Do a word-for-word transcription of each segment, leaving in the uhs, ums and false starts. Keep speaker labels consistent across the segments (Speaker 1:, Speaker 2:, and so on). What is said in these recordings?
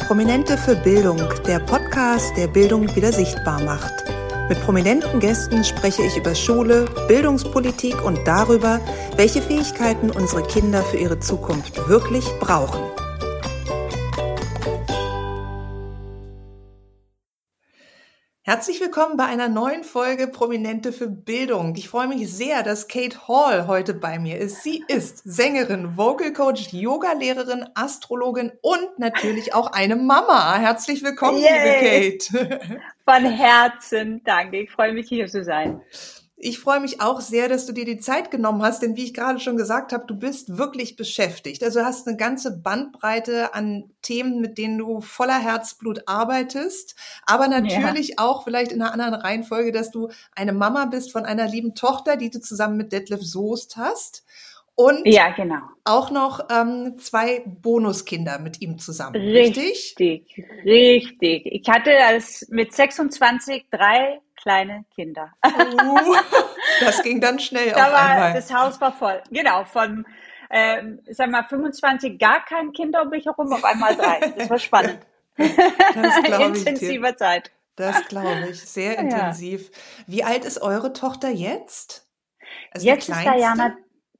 Speaker 1: Prominente für Bildung, der Podcast, der Bildung wieder sichtbar macht. Mit prominenten Gästen spreche ich über Schule, Bildungspolitik und darüber, welche Fähigkeiten unsere Kinder für ihre Zukunft wirklich brauchen. Herzlich willkommen bei einer neuen Folge Prominente für Bildung. Ich freue mich sehr, dass Kate Hall heute bei mir ist. Sie ist Sängerin, Vocal Coach, Yoga-Lehrerin, Astrologin und natürlich auch eine Mama. Herzlich willkommen,
Speaker 2: Yay.
Speaker 1: liebe Kate.
Speaker 2: Von Herzen danke. Ich freue mich, hier zu sein.
Speaker 1: Ich freue mich auch sehr, dass du dir die Zeit genommen hast, denn wie ich gerade schon gesagt habe, du bist wirklich beschäftigt. Also du hast eine ganze Bandbreite an Themen, mit denen du voller Herzblut arbeitest, aber natürlich ja. auch vielleicht in einer anderen Reihenfolge, dass du eine Mama bist von einer lieben Tochter, die du zusammen mit Detlef Soest hast. Und
Speaker 2: ja, genau.
Speaker 1: auch noch ähm, zwei Bonuskinder mit ihm zusammen, richtig?
Speaker 2: Richtig, richtig. Ich hatte als mit sechsundzwanzig drei kleine Kinder.
Speaker 1: Uh, das ging dann schnell
Speaker 2: da
Speaker 1: auf
Speaker 2: war,
Speaker 1: einmal.
Speaker 2: Das Haus war voll. Genau, von ähm, sag mal, fünfundzwanzig gar kein Kinder um mich herum, auf einmal drei. Das war spannend.
Speaker 1: Das glaube ich
Speaker 2: Intensiver
Speaker 1: dir.
Speaker 2: Zeit.
Speaker 1: Das glaube ich, sehr
Speaker 2: Ja.
Speaker 1: intensiv. Wie alt ist eure Tochter jetzt?
Speaker 2: Also jetzt ist Diana,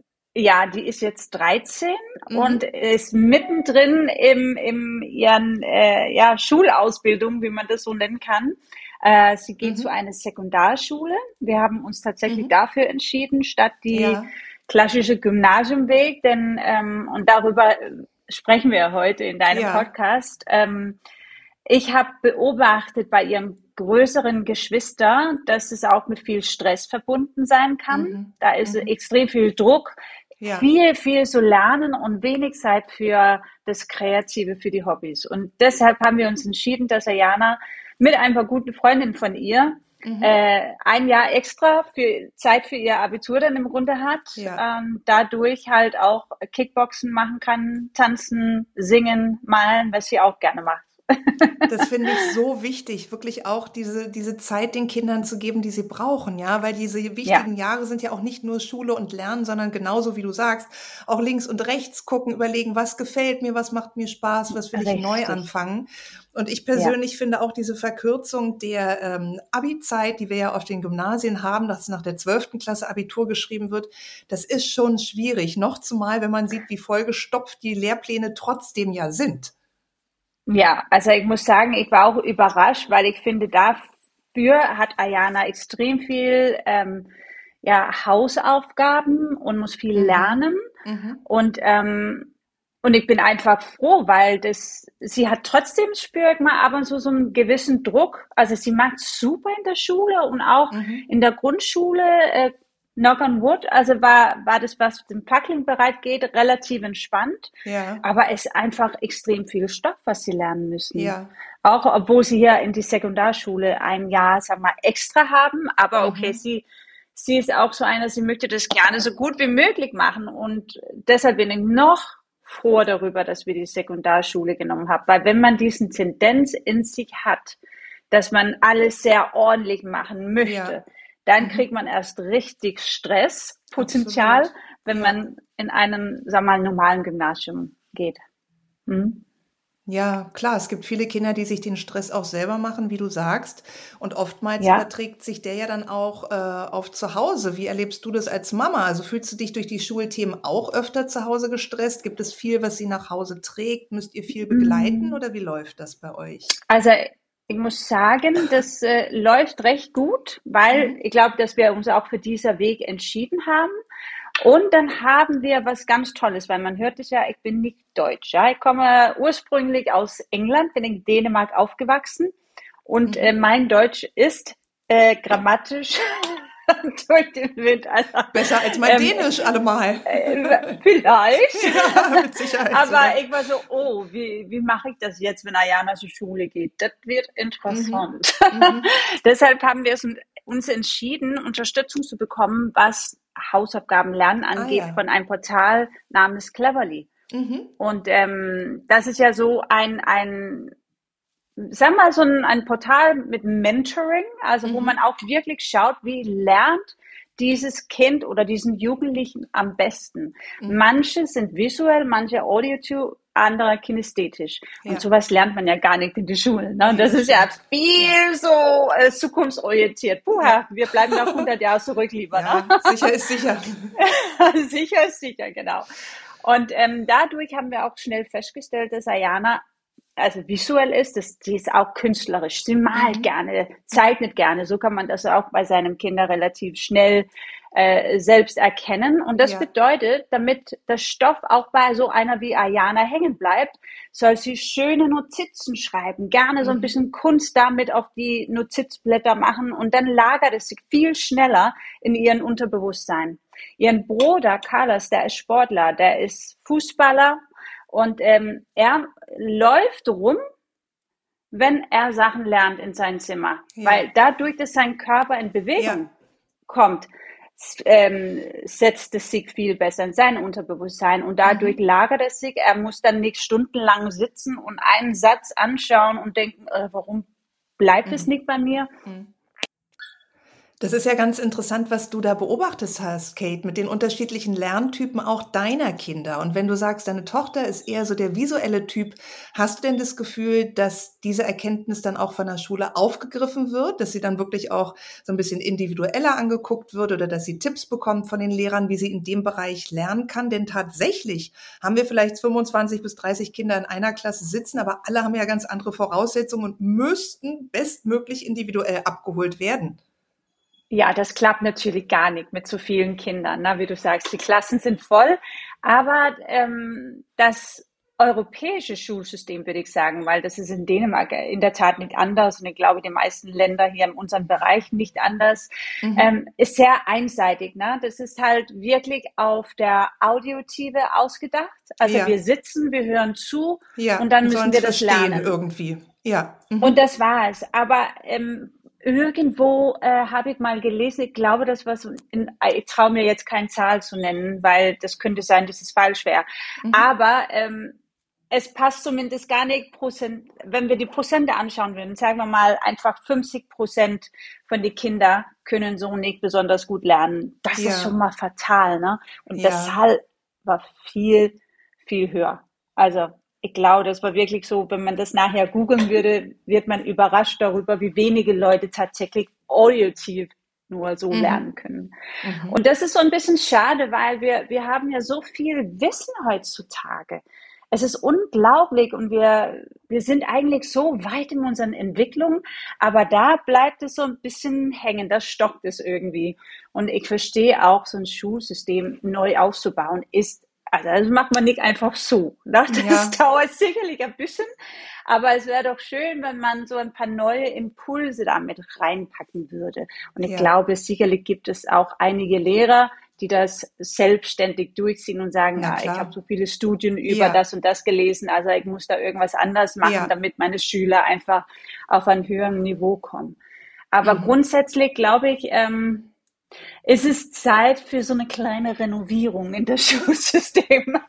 Speaker 2: ja, die ist jetzt dreizehn mhm. und ist mittendrin im, im ihren äh, ja, Schulausbildung, wie man das so nennen kann. Äh, sie geht mhm. zu einer Sekundarschule. Wir haben uns tatsächlich mhm. dafür entschieden, statt die ja. klassische Gymnasiumweg, denn ähm, und darüber sprechen wir heute in deinem ja. Podcast. Ähm, ich habe beobachtet bei ihren größeren Geschwistern, dass es auch mit viel Stress verbunden sein kann. Mhm. Da ist mhm. extrem viel Druck, ja. viel, viel zu lernen und wenig Zeit für das Kreative, für die Hobbys. Und deshalb haben wir uns entschieden, dass Ayana mit ein paar guten Freundinnen von ihr mhm. äh, ein Jahr extra für Zeit für ihr Abitur dann im Grunde hat, ja. ähm, dadurch halt auch Kickboxen machen kann, tanzen, singen, malen, was sie auch gerne macht.
Speaker 1: Das finde ich so wichtig, wirklich auch diese, diese Zeit den Kindern zu geben, die sie brauchen, ja, weil diese wichtigen ja. Jahre sind ja auch nicht nur Schule und Lernen, sondern genauso wie du sagst, auch links und rechts gucken, überlegen, was gefällt mir, was macht mir Spaß, was will Richtig. ich neu anfangen. Und ich persönlich ja. finde auch diese Verkürzung der ähm, Abi-Zeit, die wir ja auf den Gymnasien haben, dass nach der zwölften Klasse Abitur geschrieben wird, das ist schon schwierig, noch zumal, wenn man sieht, wie vollgestopft die Lehrpläne trotzdem ja sind.
Speaker 2: Ja, also ich muss sagen, ich war auch überrascht, weil ich finde, dafür hat Ayana extrem viel ähm, ja, Hausaufgaben und muss viel lernen. Mhm. Und ähm, und ich bin einfach froh, weil das sie hat trotzdem, spüre ich mal, ab und zu so einen gewissen Druck. Also sie macht super in der Schule und auch mhm. in der Grundschule, äh, knock on wood, also war, war das, was den Tackling-Bereich geht, relativ entspannt. Ja. Aber es ist einfach extrem viel Stoff, was sie lernen müssen. Ja. Auch obwohl sie hier in die Sekundarschule ein Jahr, sag mal, extra haben. Aber okay, mhm. sie, sie ist auch so einer, sie möchte das gerne so gut wie möglich machen. Und deshalb bin ich noch froh darüber, dass wir die Sekundarschule genommen haben. Weil wenn man diesen Tendenz in sich hat, dass man alles sehr ordentlich machen möchte, ja. dann kriegt man erst richtig Stresspotenzial, Absolut. wenn ja. man in einen, sagen wir mal, normalen Gymnasium geht. Hm?
Speaker 1: Ja, klar, es gibt viele Kinder, die sich den Stress auch selber machen, wie du sagst. Und oftmals
Speaker 2: ja.
Speaker 1: überträgt sich der ja dann auch äh, auf zu Hause. Wie erlebst du das als Mama? Also fühlst du dich durch die Schulthemen auch öfter zu Hause gestresst? Gibt es viel, was sie nach Hause trägt? Müsst ihr viel begleiten hm. oder wie läuft das bei euch?
Speaker 2: Also ich muss sagen, das äh, läuft recht gut, weil mhm. ich glaube, dass wir uns auch für diesen Weg entschieden haben. Und dann haben wir was ganz Tolles, weil man hört es ja, ich bin nicht Deutsch. Ja? Ich komme ursprünglich aus England, bin in Dänemark aufgewachsen und mhm. äh, mein Deutsch ist äh, grammatisch durch den Wind. Also,
Speaker 1: Besser als mein ähm, Dänisch allemal.
Speaker 2: Äh, vielleicht.
Speaker 1: Ja, mit Sicherheit.
Speaker 2: Aber
Speaker 1: sogar.
Speaker 2: ich war so, oh, wie, wie mache ich das jetzt, wenn Ayana zur Schule geht? Das wird interessant. Mhm. Mhm. Deshalb haben wir es uns entschieden, Unterstützung zu bekommen, was Hausaufgaben lernen angeht, ah, ja. von einem Portal namens Cleverly. Mhm. Und ähm, das ist ja so ein, ein sagen wir mal, so ein, ein Portal mit Mentoring, also mhm. wo man auch wirklich schaut, wie lernt dieses Kind oder diesen Jugendlichen am besten. Mhm. Manche sind visuell, manche audio anderer kinästhetisch. Und
Speaker 1: Ja.
Speaker 2: sowas lernt man ja gar nicht in der Schule. Ne? Und das ist ja viel so äh, zukunftsorientiert. Puh,
Speaker 1: Ja.
Speaker 2: wir bleiben noch hundert Jahre zurück lieber.
Speaker 1: Ja,
Speaker 2: Ne?
Speaker 1: sicher ist sicher.
Speaker 2: Sicher ist sicher, genau. Und ähm, dadurch haben wir auch schnell festgestellt, dass Ayana also visuell ist, dass die ist auch künstlerisch. Sie malt
Speaker 1: Mhm.
Speaker 2: gerne, zeichnet gerne. So kann man das auch bei seinem Kinder relativ schnell äh, selbst erkennen. Und das
Speaker 1: Ja.
Speaker 2: bedeutet, damit der Stoff auch bei so einer wie Ayana hängen bleibt, soll sie schöne Notizen schreiben. Gerne so ein
Speaker 1: Mhm.
Speaker 2: bisschen Kunst damit auf die Notizblätter machen. Und dann lagert es sich viel schneller in ihren Unterbewusstsein. Ihren Bruder Carlos, der ist Sportler, der ist Fußballer. Und ähm, er läuft rum, wenn er Sachen lernt in seinem Zimmer.
Speaker 1: Ja.
Speaker 2: Weil dadurch, dass sein Körper in Bewegung
Speaker 1: Ja.
Speaker 2: kommt, ähm, setzt es sich viel besser in sein Unterbewusstsein. Und dadurch
Speaker 1: Mhm.
Speaker 2: lagert es sich. Er muss dann nicht stundenlang sitzen und einen Satz anschauen und denken, äh, warum bleibt es
Speaker 1: Mhm.
Speaker 2: nicht bei mir?
Speaker 1: Mhm. Das ist ja ganz interessant, was du da beobachtet hast, Kate, mit den unterschiedlichen Lerntypen auch deiner Kinder. Und wenn du sagst, deine Tochter ist eher so der visuelle Typ, hast du denn das Gefühl, dass diese Erkenntnis dann auch von der Schule aufgegriffen wird, dass sie dann wirklich auch so ein bisschen individueller angeguckt wird oder dass sie Tipps bekommt von den Lehrern, wie sie in dem Bereich lernen kann? Denn tatsächlich haben wir vielleicht fünfundzwanzig bis dreißig Kinder in einer Klasse sitzen, aber alle haben ja ganz andere Voraussetzungen und müssten bestmöglich individuell abgeholt werden.
Speaker 2: Ja, das klappt natürlich gar nicht mit so vielen Kindern, ne? Wie du sagst, die Klassen sind voll, aber ähm, das europäische Schulsystem, würde ich sagen, weil das ist in Dänemark in der Tat nicht anders und ich glaube, die meisten Länder hier in unserem Bereich nicht anders,
Speaker 1: Mhm.
Speaker 2: ähm, ist sehr einseitig. Ne? Das ist halt wirklich auf der Audiotive ausgedacht. Also
Speaker 1: Ja.
Speaker 2: wir sitzen, wir hören zu
Speaker 1: Ja,
Speaker 2: und dann
Speaker 1: und
Speaker 2: müssen
Speaker 1: sollen's
Speaker 2: wir das
Speaker 1: verstehen
Speaker 2: lernen.
Speaker 1: irgendwie. Ja. Mhm.
Speaker 2: Und das war es. Aber ähm, irgendwo äh, habe ich mal gelesen, ich glaube, das war so, in, ich traue mir jetzt keine Zahl zu nennen, weil das könnte sein, dass es falsch wäre.
Speaker 1: Mhm.
Speaker 2: Aber ähm, es passt zumindest gar nicht Prozent, wenn wir die Prozente anschauen würden, sagen wir mal einfach fünfzig Prozent von den Kindern können so nicht besonders gut lernen. Das ist schon
Speaker 1: Ja,
Speaker 2: mal fatal, ne? Und
Speaker 1: ja,
Speaker 2: das Zahl war viel, viel höher. Also ich glaube, das war wirklich so, wenn man das nachher googeln würde, wird man überrascht darüber, wie wenige Leute tatsächlich auditiv nur so lernen
Speaker 1: mhm.
Speaker 2: können.
Speaker 1: Mhm.
Speaker 2: Und das ist so ein bisschen schade, weil wir, wir haben ja so viel Wissen heutzutage. Es ist unglaublich und wir, wir sind eigentlich so weit in unseren Entwicklungen, aber da bleibt es so ein bisschen hängen, da stockt es irgendwie. Und ich verstehe auch, so ein Schulsystem neu aufzubauen ist, also das macht man nicht einfach so. Ne? Das
Speaker 1: Ja,
Speaker 2: dauert sicherlich ein bisschen, aber es wäre doch schön, wenn man so ein paar neue Impulse damit reinpacken würde. Und ich
Speaker 1: ja,
Speaker 2: glaube, sicherlich gibt es auch einige Lehrer, die das selbstständig durchziehen und sagen,
Speaker 1: na
Speaker 2: ah, ich habe
Speaker 1: klar.
Speaker 2: so viele Studien über
Speaker 1: Ja,
Speaker 2: das und das gelesen, also ich muss da irgendwas anders machen,
Speaker 1: ja.
Speaker 2: damit meine Schüler einfach auf ein höheres Niveau kommen. Aber
Speaker 1: Mhm.
Speaker 2: grundsätzlich glaube ich, ähm, es ist Zeit für so eine kleine Renovierung in das Schulsystem.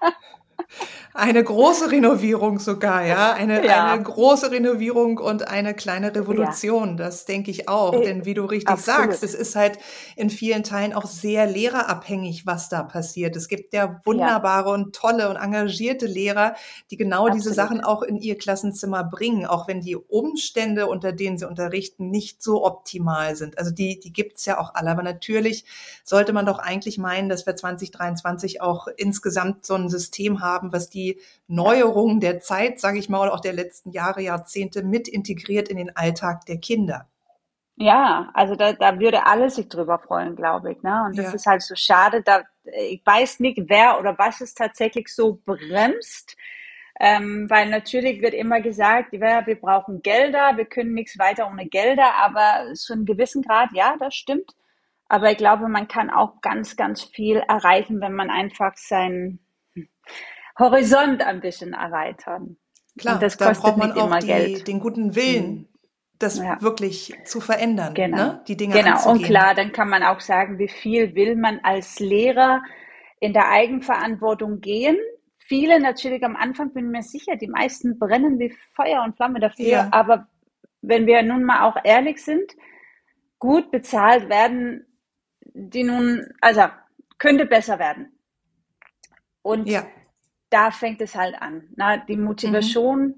Speaker 1: Eine große Renovierung sogar, ja. Eine, eine
Speaker 2: Ja,
Speaker 1: große Renovierung und eine kleine
Speaker 2: ja,
Speaker 1: Revolution. Das denke ich auch.
Speaker 2: äh,
Speaker 1: Denn wie du richtig sagst,
Speaker 2: absolut.
Speaker 1: es ist halt in vielen Teilen auch sehr lehrerabhängig, was da passiert. Es gibt ja
Speaker 2: Ja,
Speaker 1: wunderbare und tolle und engagierte Lehrer, die genau diese Sachen
Speaker 2: absolut.
Speaker 1: auch in ihr Klassenzimmer bringen, auch wenn die Umstände, unter denen sie unterrichten, nicht so optimal sind. Also die, die gibt's ja auch alle. Aber natürlich sollte man doch eigentlich meinen, dass wir zwanzig dreiundzwanzig auch insgesamt so ein System haben, was die Neuerungen der Zeit, sage ich mal, oder auch der letzten Jahre, Jahrzehnte mit integriert in den Alltag der Kinder.
Speaker 2: Ja, also da, da würde alle sich drüber freuen, glaube ich, ne? Und das
Speaker 1: Ja,
Speaker 2: ist halt so schade, da, ich weiß nicht, wer oder was es tatsächlich so bremst, ähm, weil natürlich wird immer gesagt, ja, wir brauchen Gelder, wir können nichts weiter ohne Gelder, aber zu einem gewissen Grad, ja, das stimmt. Aber ich glaube, man kann auch ganz, ganz viel erreichen, wenn man einfach seinen Horizont ein bisschen erweitern. Und
Speaker 1: klar,
Speaker 2: das
Speaker 1: da
Speaker 2: kostet
Speaker 1: braucht man
Speaker 2: nicht
Speaker 1: auch
Speaker 2: immer
Speaker 1: die,
Speaker 2: Geld.
Speaker 1: den guten
Speaker 2: Hm.
Speaker 1: Willen, das
Speaker 2: Ja,
Speaker 1: wirklich zu verändern,
Speaker 2: genau.
Speaker 1: ne? Die Dinge
Speaker 2: Genau. Und
Speaker 1: anzugehen.
Speaker 2: klar, dann kann man auch sagen, wie viel will man als Lehrer in der Eigenverantwortung gehen? Viele natürlich am Anfang, bin mir sicher, die meisten brennen wie Feuer und Flamme dafür.
Speaker 1: Ja,
Speaker 2: Aber wenn wir nun mal auch ehrlich sind, gut bezahlt werden die nun, also könnte besser werden. Und
Speaker 1: ja,
Speaker 2: da fängt es halt an. Na, die
Speaker 1: Mhm.
Speaker 2: Motivation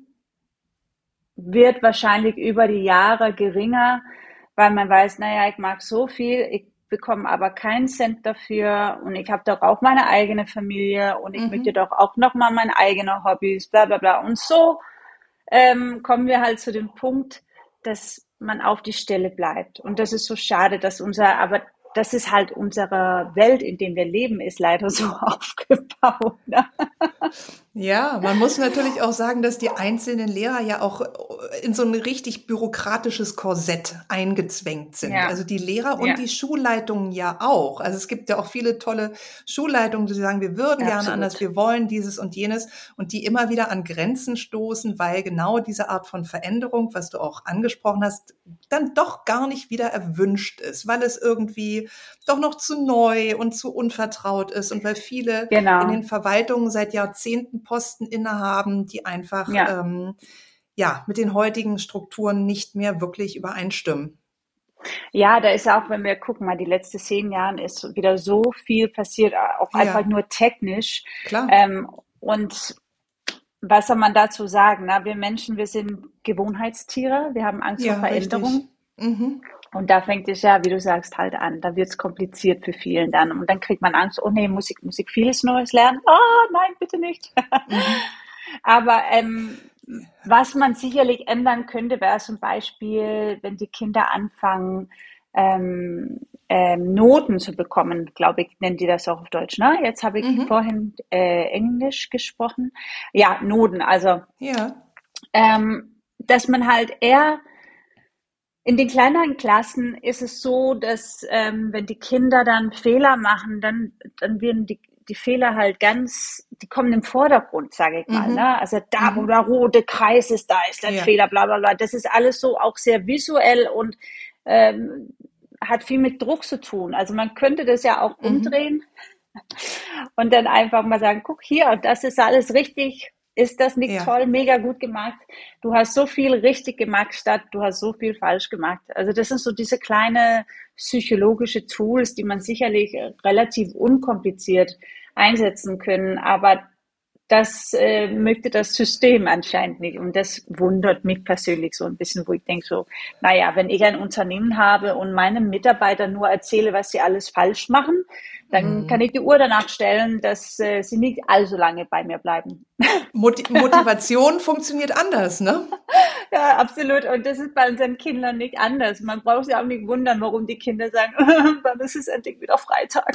Speaker 2: wird wahrscheinlich über die Jahre geringer, weil man weiß, naja, ich mag so viel, ich bekomme aber keinen Cent dafür und ich habe doch auch meine eigene Familie und ich möchte
Speaker 1: Mhm.
Speaker 2: doch auch nochmal meine eigenen Hobbys, bla bla bla. Und so ähm, kommen wir halt zu dem Punkt, dass man auf die Stelle bleibt. Und das ist so schade, dass unser, aber das ist halt unsere Welt, in der wir leben, ist leider so aufgebaut. Ne?
Speaker 1: Ja, man muss natürlich auch sagen, dass die einzelnen Lehrer ja auch in so ein richtig bürokratisches Korsett eingezwängt sind.
Speaker 2: Ja,
Speaker 1: Also die Lehrer und
Speaker 2: ja,
Speaker 1: die Schulleitungen ja auch. Also es gibt ja auch viele tolle Schulleitungen, die sagen, wir würden gerne anders,
Speaker 2: absolut.
Speaker 1: wir wollen dieses und jenes und die immer wieder an Grenzen stoßen, weil genau diese Art von Veränderung, was du auch angesprochen hast, dann doch gar nicht wieder erwünscht ist, weil es irgendwie doch noch zu neu und zu unvertraut ist und weil viele in
Speaker 2: Genau.
Speaker 1: den Verwaltungen seit Jahrzehnten Posten innehaben, die einfach
Speaker 2: Ja.
Speaker 1: ähm, ja mit den heutigen Strukturen nicht mehr wirklich übereinstimmen.
Speaker 2: Ja, da ist auch, wenn wir gucken, mal die letzten zehn Jahren ist wieder so viel passiert, auch einfach
Speaker 1: Ja,
Speaker 2: nur technisch.
Speaker 1: klar.
Speaker 2: Ähm, und was soll man dazu sagen? Na, wir Menschen, wir sind Gewohnheitstiere, wir haben Angst vor
Speaker 1: Ja, richtig.
Speaker 2: Veränderung.
Speaker 1: Mhm.
Speaker 2: Und da fängt es ja, wie du sagst, halt an. Da wird es kompliziert für vielen dann. Und dann kriegt man Angst, oh nee, Musik, Musik, vieles Neues lernen. Oh nein, bitte nicht.
Speaker 1: Mhm.
Speaker 2: Aber ähm, was man sicherlich ändern könnte, wäre zum Beispiel, wenn die Kinder anfangen, ähm, ähm, Noten zu bekommen, glaube ich, nennen die das auch auf Deutsch. Ne? Jetzt habe ich
Speaker 1: Mhm.
Speaker 2: vorhin äh, Englisch gesprochen. Ja, Noten. Also,
Speaker 1: Ja.
Speaker 2: ähm, dass man halt eher in den kleineren Klassen ist es so, dass ähm, wenn die Kinder dann Fehler machen, dann, dann werden die, die Fehler halt ganz, die kommen im Vordergrund, sage ich mal.
Speaker 1: Mhm.
Speaker 2: Ne? Also da, wo
Speaker 1: Mhm.
Speaker 2: der rote Kreis ist, da ist ein
Speaker 1: Ja.
Speaker 2: Fehler, bla bla bla. Das ist alles so auch sehr visuell und ähm, hat viel mit Druck zu tun. Also man könnte das ja auch
Speaker 1: Mhm.
Speaker 2: umdrehen und dann einfach mal sagen, guck hier, das ist alles richtig. Ist das nicht
Speaker 1: Ja.
Speaker 2: toll, mega gut gemacht? Du hast so viel richtig gemacht, statt du hast so viel falsch gemacht. Also das sind so diese kleine psychologische Tools, die man sicherlich relativ unkompliziert einsetzen können. Aber das äh, möchte das System anscheinend nicht. Und das wundert mich persönlich so ein bisschen, wo ich denke so, naja, wenn ich ein Unternehmen habe und meinen Mitarbeitern nur erzähle, was sie alles falsch machen, dann kann
Speaker 1: Mhm.
Speaker 2: ich die Uhr danach stellen, dass äh, sie nicht allzu lange bei mir bleiben.
Speaker 1: Moti Motivation funktioniert anders, ne?
Speaker 2: Ja, absolut. Und das ist bei unseren Kindern nicht anders. Man braucht sich auch nicht wundern, warum die Kinder sagen, wann ist es endlich wieder Freitag?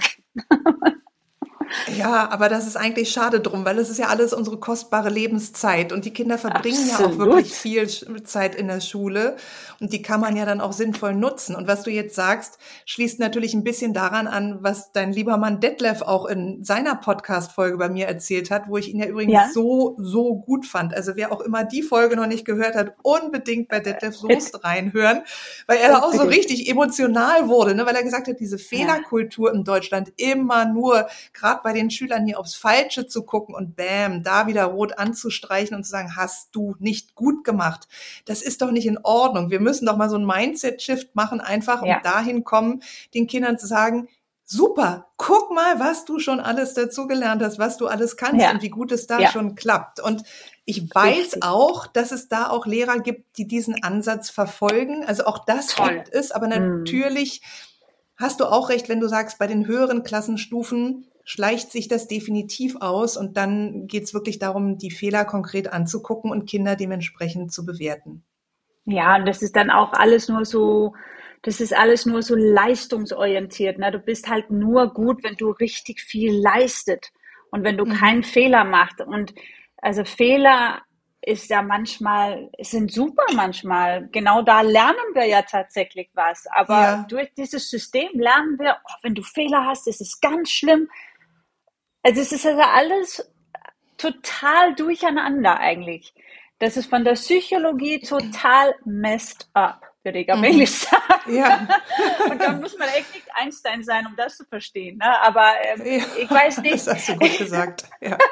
Speaker 1: Ja, aber das ist eigentlich schade drum, weil es ist ja alles unsere kostbare Lebenszeit und die Kinder verbringen ja auch wirklich
Speaker 2: Absolut.
Speaker 1: viel Sch- Zeit in der Schule und die kann man ja dann auch sinnvoll nutzen. Und was du jetzt sagst, schließt natürlich ein bisschen daran an, was dein lieber Mann Detlef auch in seiner Podcast-Folge bei mir erzählt hat, wo ich ihn ja übrigens
Speaker 2: Ja,
Speaker 1: so, so gut fand. Also wer auch immer die Folge noch nicht gehört hat, unbedingt bei Detlef
Speaker 2: bitte,
Speaker 1: Soest reinhören, weil er da auch so
Speaker 2: unbedingt.
Speaker 1: richtig emotional wurde, ne? Weil er gesagt hat, diese
Speaker 2: Ja,
Speaker 1: Fehlerkultur in Deutschland immer nur gerade bei den Schülern hier aufs Falsche zu gucken und bam, da wieder rot anzustreichen und zu sagen, hast du nicht gut gemacht. Das ist doch nicht in Ordnung. Wir müssen doch mal so einen Mindset-Shift machen, einfach und
Speaker 2: ja,
Speaker 1: dahin kommen, den Kindern zu sagen, super, guck mal, was du schon alles dazugelernt hast, was du alles kannst
Speaker 2: ja,
Speaker 1: und wie gut es da
Speaker 2: ja,
Speaker 1: schon klappt. Und ich weiß
Speaker 2: richtig.
Speaker 1: auch, dass es da auch Lehrer gibt, die diesen Ansatz verfolgen. Also auch das
Speaker 2: Toll.
Speaker 1: gibt es, aber
Speaker 2: Mm.
Speaker 1: natürlich hast du auch recht, wenn du sagst, bei den höheren Klassenstufen schleicht sich das definitiv aus und dann geht's wirklich darum, die Fehler konkret anzugucken und Kinder dementsprechend zu bewerten.
Speaker 2: Ja, und das ist dann auch alles nur so, das ist alles nur so leistungsorientiert. Ne? Du bist halt nur gut, wenn du richtig viel leistet und wenn du keinen
Speaker 1: Mhm.
Speaker 2: Fehler machst. Und also Fehler ist ja manchmal, sind super manchmal. Genau da lernen wir ja tatsächlich was. Aber
Speaker 1: Ja,
Speaker 2: durch dieses System lernen wir, oh, wenn du Fehler hast, ist es ganz schlimm. Also es ist also alles total durcheinander eigentlich. Das ist von der Psychologie total messed up, würde ich auf Englisch
Speaker 1: mhm.
Speaker 2: sagen.
Speaker 1: Ja,
Speaker 2: Und da muss man echt nicht Einstein sein, um das zu verstehen. Ne? Aber ähm,
Speaker 1: ja,
Speaker 2: ich weiß
Speaker 1: das
Speaker 2: nicht,
Speaker 1: hast du gut gesagt. Ja.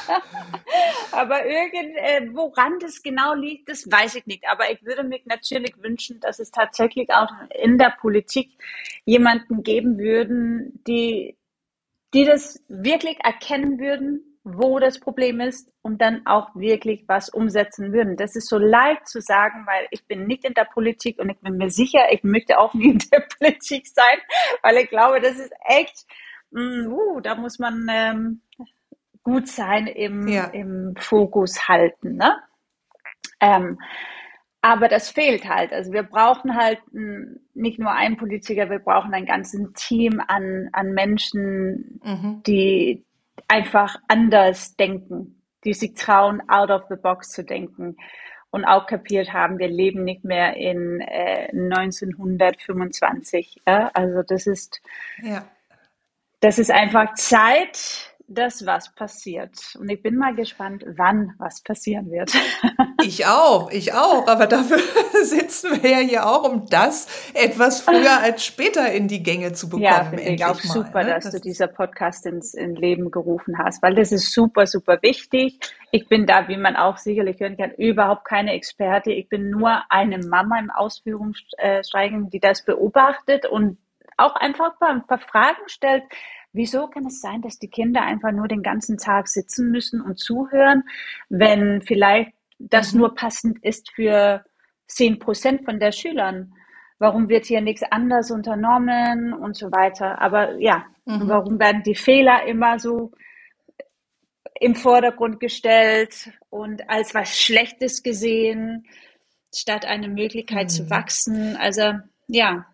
Speaker 2: aber irgend, äh, woran das genau liegt, das weiß ich nicht. Aber ich würde mir natürlich wünschen, dass es tatsächlich auch in der Politik jemanden geben würden, die, die das wirklich erkennen würden wo das Problem ist und dann auch wirklich was umsetzen würden. Das ist so leicht zu sagen, weil ich bin nicht in der Politik und ich bin mir sicher, ich möchte auch nie in der Politik sein, weil ich glaube, das ist echt, mh, uh, da muss man ähm, gut sein im,
Speaker 1: Ja.
Speaker 2: im Fokus halten, ne? Ähm, aber das fehlt halt. Also wir brauchen halt m, nicht nur einen Politiker, wir brauchen ein ganzes Team an, an Menschen,
Speaker 1: Mhm.
Speaker 2: die einfach anders denken, die sich trauen, out of the box zu denken und auch kapiert haben, wir leben nicht mehr in äh, neunzehnhundertfünfundzwanzig. Ja? Also das ist,
Speaker 1: Ja.
Speaker 2: das ist einfach Zeit, dass was passiert. Und ich bin mal gespannt, wann was passieren wird.
Speaker 1: Ich auch, ich auch. Aber dafür sitzen wir ja hier auch, um das etwas früher als später in die Gänge zu bekommen.
Speaker 2: Ja, finde ich auch
Speaker 1: endlich mal,
Speaker 2: super,
Speaker 1: ne?
Speaker 2: dass
Speaker 1: Das
Speaker 2: du
Speaker 1: ist,
Speaker 2: dieser Podcast ins in Leben gerufen hast, weil das ist super, super wichtig. Ich bin da, wie man auch sicherlich hören kann, überhaupt keine Experte. Ich bin nur eine Mama im Ausführungsstreichen, die das beobachtet und auch einfach ein paar Fragen stellt. Wieso kann es sein, dass die Kinder einfach nur den ganzen Tag sitzen müssen und zuhören, wenn vielleicht das
Speaker 1: mhm.
Speaker 2: nur passend ist für zehn Prozent von der Schülern? Warum wird hier nichts anderes unternommen und so weiter? Aber ja,
Speaker 1: Mhm.
Speaker 2: warum werden die Fehler immer so im Vordergrund gestellt und als was Schlechtes gesehen, statt eine Möglichkeit zu
Speaker 1: Mhm.
Speaker 2: wachsen? Also ja.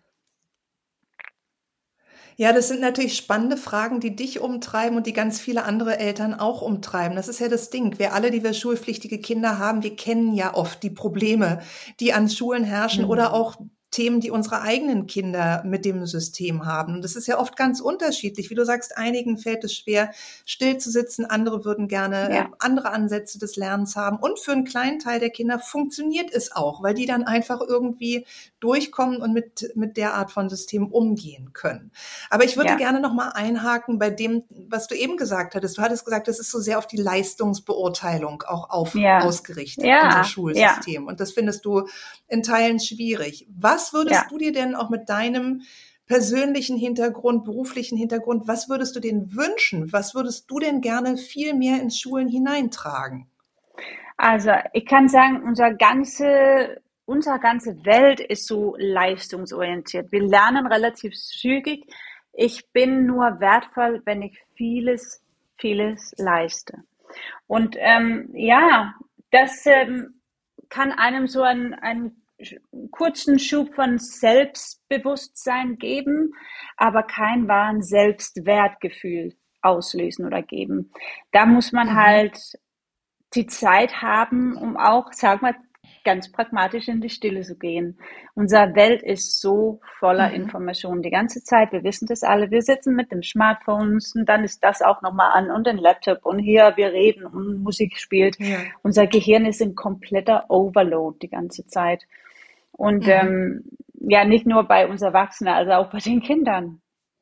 Speaker 1: Ja, das sind natürlich spannende Fragen, die dich umtreiben und die ganz viele andere Eltern auch umtreiben. Das ist ja das Ding. Wir alle, die wir schulpflichtige Kinder haben, wir kennen ja oft die Probleme, die an Schulen herrschen oder
Speaker 2: Mhm.
Speaker 1: auch Themen, die unsere eigenen Kinder mit dem System haben. Und das ist ja oft ganz unterschiedlich. Wie du sagst, einigen fällt es schwer, still zu sitzen. Andere würden gerne äh,
Speaker 2: Ja.
Speaker 1: andere Ansätze des Lernens haben. Und für einen kleinen Teil der Kinder funktioniert es auch, weil die dann einfach irgendwie durchkommen und mit, mit der Art von System umgehen können. Aber ich würde
Speaker 2: Ja.
Speaker 1: gerne noch mal einhaken bei dem, was du eben gesagt hattest. Du hattest gesagt, das ist so sehr auf die Leistungsbeurteilung auch auf,
Speaker 2: Ja.
Speaker 1: ausgerichtet, unser
Speaker 2: Ja. Ja.
Speaker 1: Schulsystem. Und das findest du in Teilen schwierig. Was
Speaker 2: Ja.
Speaker 1: würdest du dir denn auch mit deinem persönlichen Hintergrund, beruflichen Hintergrund, was würdest du denn wünschen? Was würdest du denn gerne viel mehr in Schulen hineintragen?
Speaker 2: Also ich kann sagen, unser ganze, unsere ganze Welt ist so leistungsorientiert. Wir lernen relativ zügig. Ich bin nur wertvoll, wenn ich vieles, vieles leiste. Und ähm, ja, das ähm, kann einem so einen, einen kurzen Schub von Selbstbewusstsein geben, aber kein wahren Selbstwertgefühl auslösen oder geben. Da muss man
Speaker 1: Mhm.
Speaker 2: halt die Zeit haben, um auch, sag mal, ganz pragmatisch in die Stille zu gehen. Unsere Welt ist so voller
Speaker 1: Mhm.
Speaker 2: Informationen die ganze Zeit. Wir wissen das alle. Wir sitzen mit dem Smartphone und dann ist das auch nochmal an und den Laptop und hier wir reden und Musik spielt.
Speaker 1: Ja.
Speaker 2: Unser Gehirn ist in kompletter Overload die ganze Zeit. Und
Speaker 1: Mhm.
Speaker 2: ähm, ja, nicht nur bei uns Erwachsenen, also auch bei den Kindern.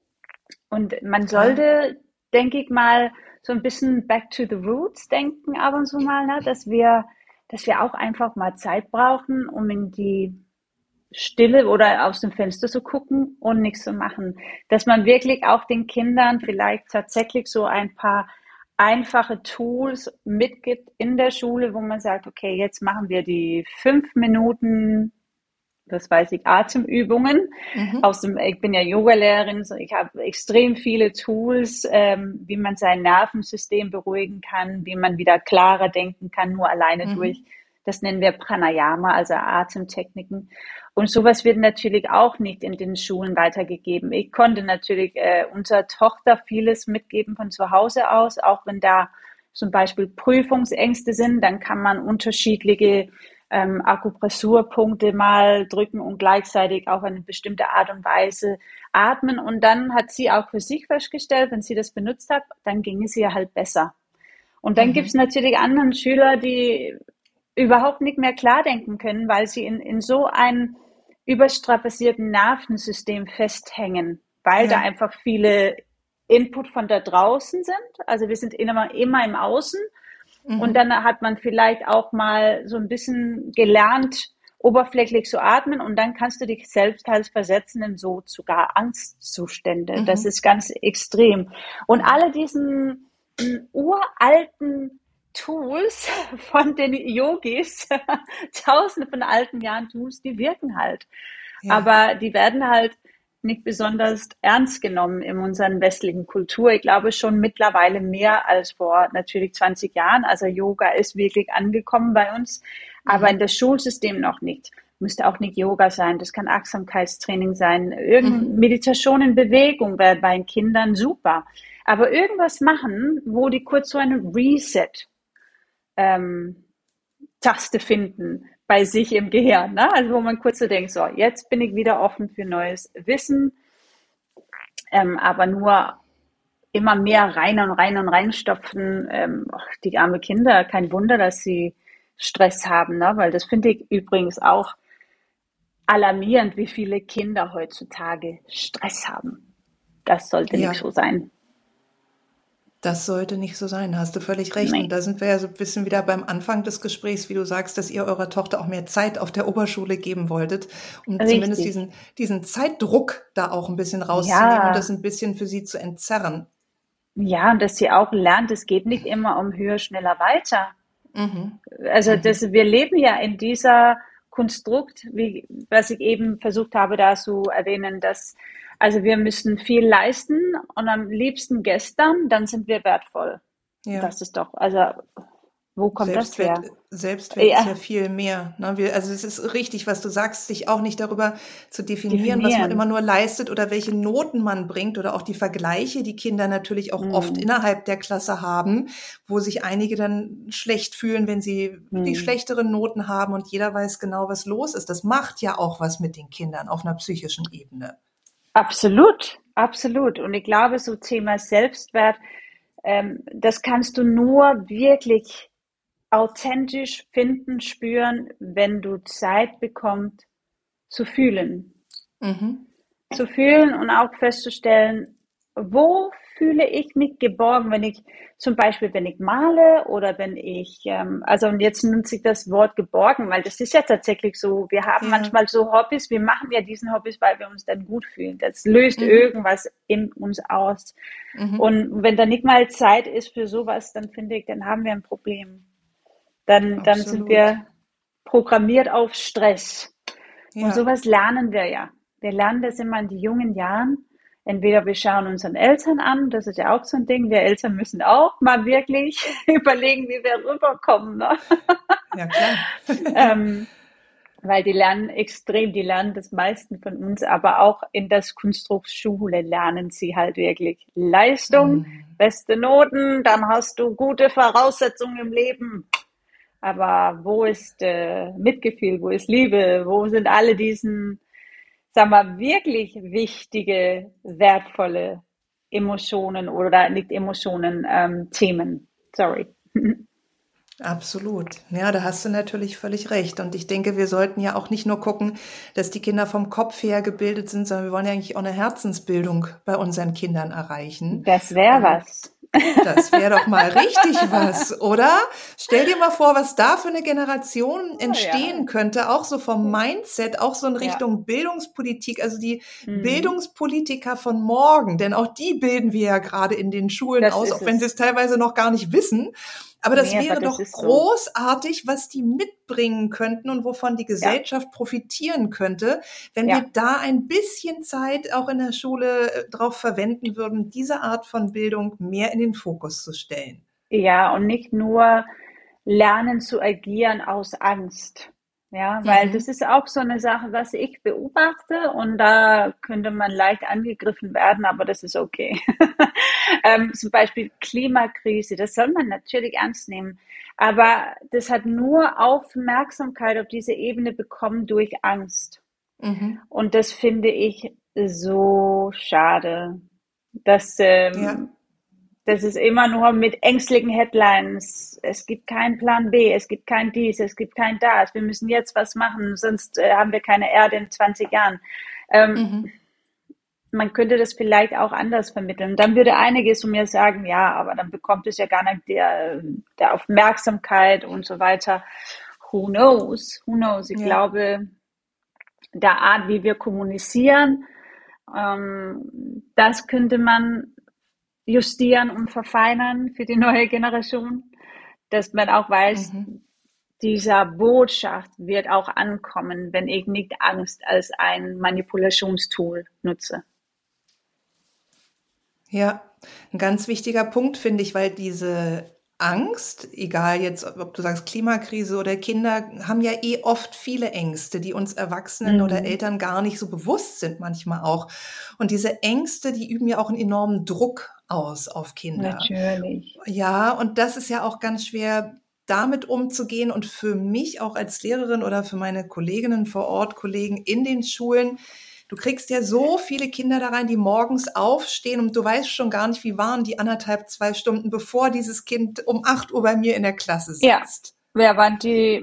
Speaker 2: Und man
Speaker 1: Klar.
Speaker 2: sollte, denke ich mal, so ein bisschen back to the roots denken ab und zu mal, ne? dass wir, dass wir auch einfach mal Zeit brauchen, um in die Stille oder aus dem Fenster zu gucken und nichts zu machen. Dass man wirklich auch den Kindern vielleicht tatsächlich so ein paar einfache Tools mitgibt in der Schule, wo man sagt, okay, jetzt machen wir die fünf Minuten, das weiß ich, Atemübungen.
Speaker 1: Mhm.
Speaker 2: Aus dem, ich bin ja Yogalehrerin, so ich habe extrem viele Tools, ähm, wie man sein Nervensystem beruhigen kann, wie man wieder klarer denken kann, nur alleine durch.
Speaker 1: Mhm.
Speaker 2: Das nennen wir Pranayama, also Atemtechniken. Und sowas wird natürlich auch nicht in den Schulen weitergegeben. Ich konnte natürlich äh, unserer Tochter vieles mitgeben von zu Hause aus, auch wenn da zum Beispiel Prüfungsängste sind, dann kann man unterschiedliche ähm, Akupressurpunkte mal drücken und gleichzeitig auf eine bestimmte Art und Weise atmen. Und dann hat sie auch für sich festgestellt, wenn sie das benutzt hat, dann ging es ihr halt besser. Und dann gibt es
Speaker 1: Mhm.
Speaker 2: natürlich anderen Schüler, die überhaupt nicht mehr klar denken können, weil sie in, in so einem überstrapazierten Nervensystem festhängen, weil da
Speaker 1: Ja.
Speaker 2: einfach viele Input von da draußen sind. Also wir sind immer, immer im Außen. Und
Speaker 1: Mhm.
Speaker 2: dann hat man vielleicht auch mal so ein bisschen gelernt, oberflächlich zu atmen und dann kannst du dich selbst halt versetzen in so sogar Angstzustände. Das
Speaker 1: Mhm.
Speaker 2: ist ganz extrem. Und alle diesen uralten Tools von den Yogis, tausende von alten Jahren Tools, die wirken halt.
Speaker 1: Ja.
Speaker 2: Aber die werden halt nicht besonders ernst genommen in unserer westlichen Kultur. Ich glaube schon mittlerweile mehr als vor natürlich zwanzig Jahren. Also Yoga ist wirklich angekommen bei uns, aber in
Speaker 1: Mhm.
Speaker 2: das Schulsystem noch nicht. Müsste auch nicht Yoga sein, das kann Achtsamkeitstraining sein. Irgendeine
Speaker 1: Mhm.
Speaker 2: Meditation in Bewegung wäre bei den Kindern super. Aber irgendwas machen, wo die kurz so eine Reset ähm, Taste finden bei sich im Gehirn, ne? Also wo man kurz so denkt, so, jetzt bin ich wieder offen für neues Wissen, ähm, aber nur immer mehr rein und rein und reinstopfen. Ähm, ach, die arme Kinder, kein Wunder, dass sie Stress haben, ne? Weil das finde ich übrigens auch alarmierend, wie viele Kinder heutzutage Stress haben. Das sollte nicht
Speaker 1: Ja,
Speaker 2: so sein.
Speaker 1: das sollte nicht so sein, hast du völlig recht. Und
Speaker 2: Nee,
Speaker 1: da sind wir ja so ein bisschen wieder beim Anfang des Gesprächs, wie du sagst, dass ihr eurer Tochter auch mehr Zeit auf der Oberschule geben wolltet, um zumindest
Speaker 2: richtig.
Speaker 1: diesen, diesen Zeitdruck da auch ein bisschen rauszunehmen und das
Speaker 2: Ja,
Speaker 1: ein bisschen für sie zu entzerren.
Speaker 2: ja, und dass sie auch lernt, es geht nicht immer um höher, schneller, weiter.
Speaker 1: Mhm.
Speaker 2: Also
Speaker 1: Mhm.
Speaker 2: das, wir leben ja in dieser Konstrukt, wie, was ich eben versucht habe, da zu erwähnen, dass also wir müssen viel leisten und am liebsten gestern, dann sind wir wertvoll.
Speaker 1: Ja.
Speaker 2: Das ist doch, also wo kommt das
Speaker 1: Selbstwert,
Speaker 2: her?
Speaker 1: Selbstwert ist ja
Speaker 2: Ja,
Speaker 1: viel mehr. Ne? Wir, also es ist richtig, was du sagst, sich auch nicht darüber zu definieren, was man immer
Speaker 2: definieren.
Speaker 1: nur leistet oder welche Noten man bringt oder auch die Vergleiche, die Kinder natürlich auch oft
Speaker 2: Hm,
Speaker 1: innerhalb der Klasse haben, wo sich einige dann schlecht fühlen, wenn sie die
Speaker 2: hm.
Speaker 1: schlechteren Noten haben und jeder weiß genau, was los ist. Das macht ja auch was mit den Kindern auf einer psychischen Ebene.
Speaker 2: Absolut, absolut. Und ich glaube, so Thema Selbstwert, ähm, das kannst du nur wirklich authentisch finden, spüren, wenn du Zeit bekommst zu fühlen.
Speaker 1: Mhm.
Speaker 2: Zu fühlen und auch festzustellen, wo fühle ich mich geborgen, wenn ich zum Beispiel, wenn ich male oder wenn ich, ähm, also und jetzt nutze ich das Wort geborgen, weil das ist ja tatsächlich so, wir haben
Speaker 1: Ja.
Speaker 2: manchmal so Hobbys, wir machen ja diesen Hobbys, weil wir uns dann gut fühlen. Das löst
Speaker 1: Mhm.
Speaker 2: irgendwas in uns aus.
Speaker 1: Mhm.
Speaker 2: Und wenn da nicht mal Zeit ist für sowas, dann finde ich, dann haben wir ein Problem. Dann, dann sind
Speaker 1: Absolut.
Speaker 2: wir programmiert auf Stress. Und
Speaker 1: Ja.
Speaker 2: sowas lernen wir ja. Wir lernen das immer in die jungen Jahren. Entweder wir schauen unseren Eltern an, das ist ja auch so ein Ding. Wir Eltern müssen auch mal wirklich überlegen, wie wir rüberkommen, ne?
Speaker 1: Ja, klar.
Speaker 2: ähm, weil die lernen extrem, die lernen das meisten von uns, aber auch in das Konstrukt Schule lernen sie halt wirklich Leistung,
Speaker 1: Mhm.
Speaker 2: beste Noten, dann hast du gute Voraussetzungen im Leben. Aber wo ist äh, Mitgefühl, wo ist Liebe, wo sind alle diesen, sagen wir, wirklich wichtige, wertvolle Emotionen oder nicht Emotionen, ähm, Themen? Sorry.
Speaker 1: Absolut. Ja, da hast du natürlich völlig recht. Und ich denke, wir sollten ja auch nicht nur gucken, dass die Kinder vom Kopf her gebildet sind, sondern wir wollen ja eigentlich auch eine Herzensbildung bei unseren Kindern erreichen.
Speaker 2: Das wäre
Speaker 1: Und
Speaker 2: was.
Speaker 1: das wäre doch mal richtig was, oder? Stell dir mal vor, was da für eine Generation
Speaker 2: Oh, ja,
Speaker 1: entstehen könnte, auch so vom Mindset, auch so in
Speaker 2: ja.
Speaker 1: Richtung Bildungspolitik, also die
Speaker 2: Mhm.
Speaker 1: Bildungspolitiker von morgen, denn auch die bilden wir ja gerade in den Schulen
Speaker 2: Das
Speaker 1: aus,
Speaker 2: ist
Speaker 1: auch wenn sie
Speaker 2: es.
Speaker 1: es teilweise noch gar nicht wissen. Aber das
Speaker 2: Nee, aber
Speaker 1: wäre
Speaker 2: das
Speaker 1: doch
Speaker 2: ist so.
Speaker 1: großartig, was die mitbringen könnten und wovon die
Speaker 2: Ja,
Speaker 1: Gesellschaft profitieren könnte, wenn wir
Speaker 2: ja.
Speaker 1: da ein bisschen Zeit auch in der Schule äh, drauf verwenden würden, diese Art von Bildung mehr in den Fokus zu stellen.
Speaker 2: Ja, und nicht nur lernen zu agieren aus Angst. Ja, weil das
Speaker 1: Mhm.
Speaker 2: ist auch so eine Sache, was ich beobachte und da könnte man leicht angegriffen werden, aber das ist okay. ähm, zum Beispiel Klimakrise, das soll man natürlich ernst nehmen, aber das hat nur Aufmerksamkeit auf diese Ebene bekommen durch Angst.
Speaker 1: Mhm.
Speaker 2: Und das finde ich so schade, dass
Speaker 1: Ja,
Speaker 2: ähm, das ist immer nur mit ängstlichen Headlines. Es gibt keinen Plan B, es gibt kein dies, es gibt kein das. Wir müssen jetzt was machen, sonst äh, haben wir keine Erde in zwanzig Jahren. Ähm,
Speaker 1: mhm.
Speaker 2: Man könnte das vielleicht auch anders vermitteln. Dann würde einiges zu mir sagen, ja, aber dann bekommt es ja gar nicht der, der Aufmerksamkeit und so weiter. Who knows? Who knows? Ich
Speaker 1: Ja,
Speaker 2: glaube, der Art, wie wir kommunizieren, ähm, das könnte man justieren und verfeinern für die neue Generation, dass man auch weiß,
Speaker 1: Mhm.
Speaker 2: dieser Botschaft wird auch ankommen, wenn ich nicht Angst als ein Manipulationstool nutze.
Speaker 1: Ja, ein ganz wichtiger Punkt, finde ich, weil diese Angst, egal jetzt, ob du sagst Klimakrise oder Kinder, haben ja eh oft viele Ängste, die uns Erwachsenen oder
Speaker 2: Mhm.
Speaker 1: Eltern gar nicht so bewusst sind manchmal auch. Und diese Ängste, die üben ja auch einen enormen Druck aus auf Kinder.
Speaker 2: Natürlich.
Speaker 1: Ja, und das ist ja auch ganz schwer, damit umzugehen. Und für mich auch als Lehrerin oder für meine Kolleginnen vor Ort, Kollegen in den Schulen, du kriegst ja so viele Kinder da rein, die morgens aufstehen und du weißt schon gar nicht, wie waren die anderthalb, zwei Stunden, bevor dieses Kind um acht Uhr bei mir in der Klasse
Speaker 2: Ja,
Speaker 1: sitzt.
Speaker 2: wer waren die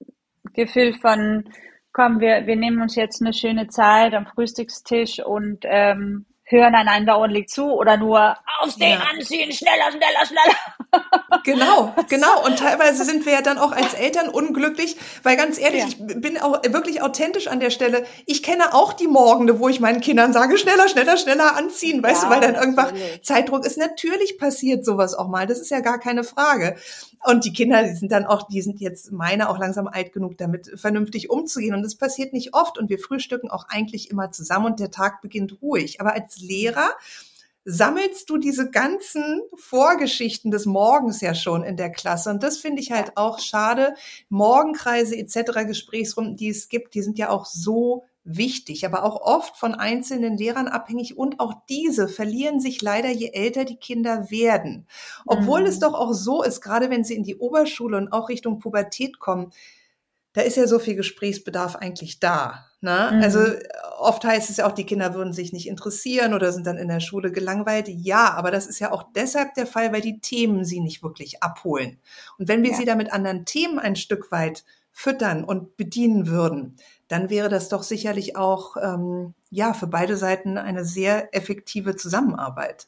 Speaker 2: Gefühl von, komm, wir, wir nehmen uns jetzt eine schöne Zeit am Frühstückstisch und ähm, hören einander ordentlich zu oder nur aufstehen,
Speaker 1: Ja.
Speaker 2: anziehen, schneller, schneller, schneller.
Speaker 1: Genau, genau. Und teilweise sind wir ja dann auch als Eltern unglücklich, weil ganz ehrlich,
Speaker 2: Ja,
Speaker 1: ich bin auch wirklich authentisch an der Stelle. Ich kenne auch die Morgende, wo ich meinen Kindern sage, schneller, schneller, schneller anziehen, weißt du, weil
Speaker 2: ja,
Speaker 1: dann irgendwann
Speaker 2: natürlich.
Speaker 1: Zeitdruck ist. Natürlich passiert sowas auch mal. Das ist ja gar keine Frage. Und die Kinder, die sind dann auch, die sind jetzt meine auch langsam alt genug, damit vernünftig umzugehen. Und das passiert nicht oft. Und wir frühstücken auch eigentlich immer zusammen und der Tag beginnt ruhig. Aber als Lehrer sammelst du diese ganzen Vorgeschichten des Morgens ja schon in der Klasse. Und das finde ich halt
Speaker 2: Ja.
Speaker 1: auch schade. Morgenkreise et cetera, Gesprächsrunden, die es gibt, die sind ja auch so wichtig, aber auch oft von einzelnen Lehrern abhängig. Und auch diese verlieren sich leider, je älter die Kinder werden. Obwohl es
Speaker 2: Mhm.
Speaker 1: doch auch so ist, gerade wenn sie in die Oberschule und auch Richtung Pubertät kommen, da ist ja so viel Gesprächsbedarf eigentlich da. Ne? Also
Speaker 2: Mhm.
Speaker 1: oft heißt es ja auch, die Kinder würden sich nicht interessieren oder sind dann in der Schule gelangweilt. Ja, aber das ist ja auch deshalb der Fall, weil die Themen sie nicht wirklich abholen. Und wenn wir
Speaker 2: Ja.
Speaker 1: sie da mit anderen Themen ein Stück weit füttern und bedienen würden, dann wäre das doch sicherlich auch ähm, ja für beide Seiten eine sehr effektive Zusammenarbeit.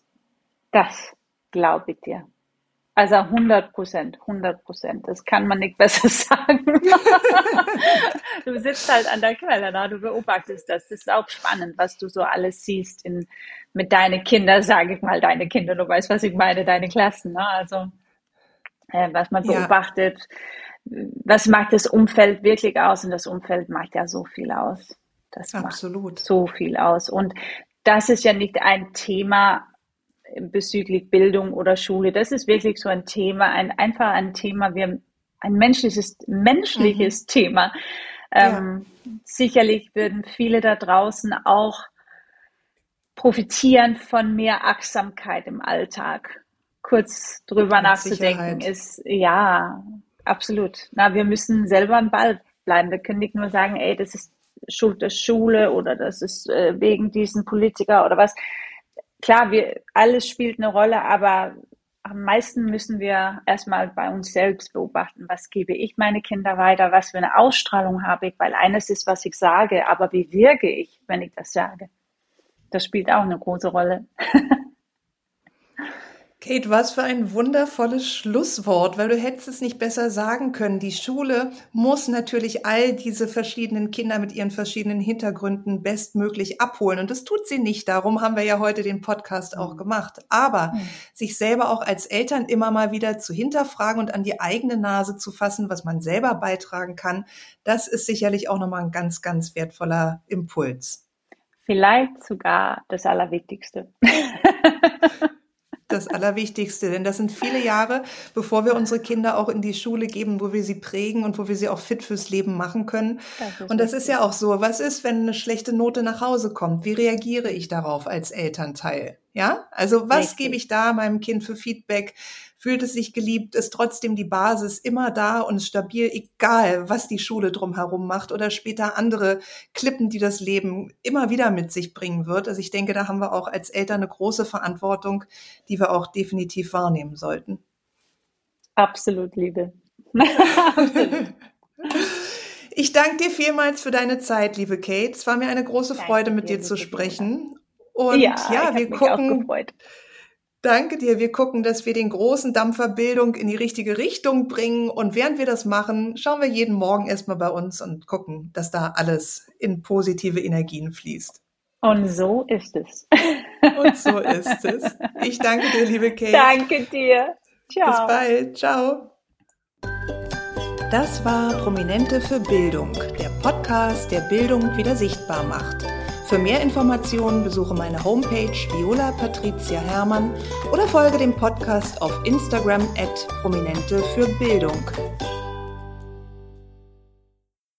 Speaker 2: Das glaube ich dir. Also hundert Prozent, hundert Prozent. Das kann man nicht besser sagen. Du sitzt halt an der Quelle, ne? Du beobachtest das. Das ist auch spannend, was du so alles siehst in, mit deinen Kindern, sage ich mal, deine Kinder. Du weißt, was ich meine, deine Klassen. Ne? Also äh, was man
Speaker 1: Ja,
Speaker 2: beobachtet, was macht das Umfeld wirklich aus? Und das Umfeld macht ja so viel aus. Das macht
Speaker 1: absolut.
Speaker 2: so viel aus. Und das ist ja nicht ein Thema bezüglich Bildung oder Schule. Das ist wirklich so ein Thema, ein einfach ein Thema, wir, ein menschliches,
Speaker 1: Mhm.
Speaker 2: menschliches Thema.
Speaker 1: Ja,
Speaker 2: Ähm, sicherlich würden viele da draußen auch profitieren von mehr Achtsamkeit im Alltag. Kurz drüber
Speaker 1: mit
Speaker 2: nachzudenken
Speaker 1: Sicherheit.
Speaker 2: ist, ja, absolut. Na, wir müssen selber am Ball bleiben. Wir können nicht nur sagen, ey, das ist Schuld der Schule oder das ist äh, wegen diesen Politiker oder was. Klar, wir, alles spielt eine Rolle, aber am meisten müssen wir erstmal bei uns selbst beobachten, was gebe ich meine Kinder weiter, was für eine Ausstrahlung habe ich, weil eines ist, was ich sage, aber wie wirke ich, wenn ich das sage? Das spielt auch eine große Rolle.
Speaker 1: Kate, was für ein wundervolles Schlusswort, weil du hättest es nicht besser sagen können. Die Schule muss natürlich all diese verschiedenen Kinder mit ihren verschiedenen Hintergründen bestmöglich abholen. Und das tut sie nicht. Darum haben wir ja heute den Podcast auch
Speaker 2: Hm.
Speaker 1: gemacht. Aber
Speaker 2: Hm.
Speaker 1: sich selber auch als Eltern immer mal wieder zu hinterfragen und an die eigene Nase zu fassen, was man selber beitragen kann, das ist sicherlich auch nochmal ein ganz, ganz wertvoller Impuls.
Speaker 2: Vielleicht sogar das Allerwichtigste.
Speaker 1: Das Allerwichtigste, denn das sind viele Jahre, bevor wir unsere Kinder auch in die Schule geben, wo wir sie prägen und wo wir sie auch fit fürs Leben machen können.
Speaker 2: Das ist
Speaker 1: Und das ist
Speaker 2: richtig.
Speaker 1: ja auch so. Was ist, wenn eine schlechte Note nach Hause kommt? Wie reagiere ich darauf als Elternteil? Ja, also was gebe
Speaker 2: Richtig.
Speaker 1: ich da meinem Kind für Feedback? Fühlt es sich geliebt? Ist trotzdem die Basis immer da und ist stabil, egal was die Schule drumherum macht oder später andere Klippen, die das Leben immer wieder mit sich bringen wird. Also ich denke, da haben wir auch als Eltern eine große Verantwortung, die wir auch definitiv wahrnehmen sollten.
Speaker 2: Absolut, Liebe. Absolut.
Speaker 1: Ich danke dir vielmals für deine Zeit, liebe Kate. Es war mir eine große Freude,
Speaker 2: Danke
Speaker 1: mit
Speaker 2: dir,
Speaker 1: dir zu
Speaker 2: liebe Viola.
Speaker 1: sprechen. Und
Speaker 2: Ja, ich
Speaker 1: ja,
Speaker 2: habe
Speaker 1: wir
Speaker 2: mich auch
Speaker 1: gucken,
Speaker 2: gefreut.
Speaker 1: danke dir, wir gucken, dass wir den großen Dampfer Bildung in die richtige Richtung bringen. Und während wir das machen, schauen wir jeden Morgen erstmal bei uns und gucken, dass da alles in positive Energien fließt.
Speaker 2: Und so ist es.
Speaker 1: Und so ist es. Ich danke dir, liebe Kate.
Speaker 2: Danke dir. Ciao.
Speaker 1: Bis bald. Ciao. Das war Prominente für Bildung, der Podcast, der Bildung wieder sichtbar macht. Für mehr Informationen besuche meine Homepage Viola Patricia Herrmann oder folge dem Podcast auf Instagram at Prominente für Bildung.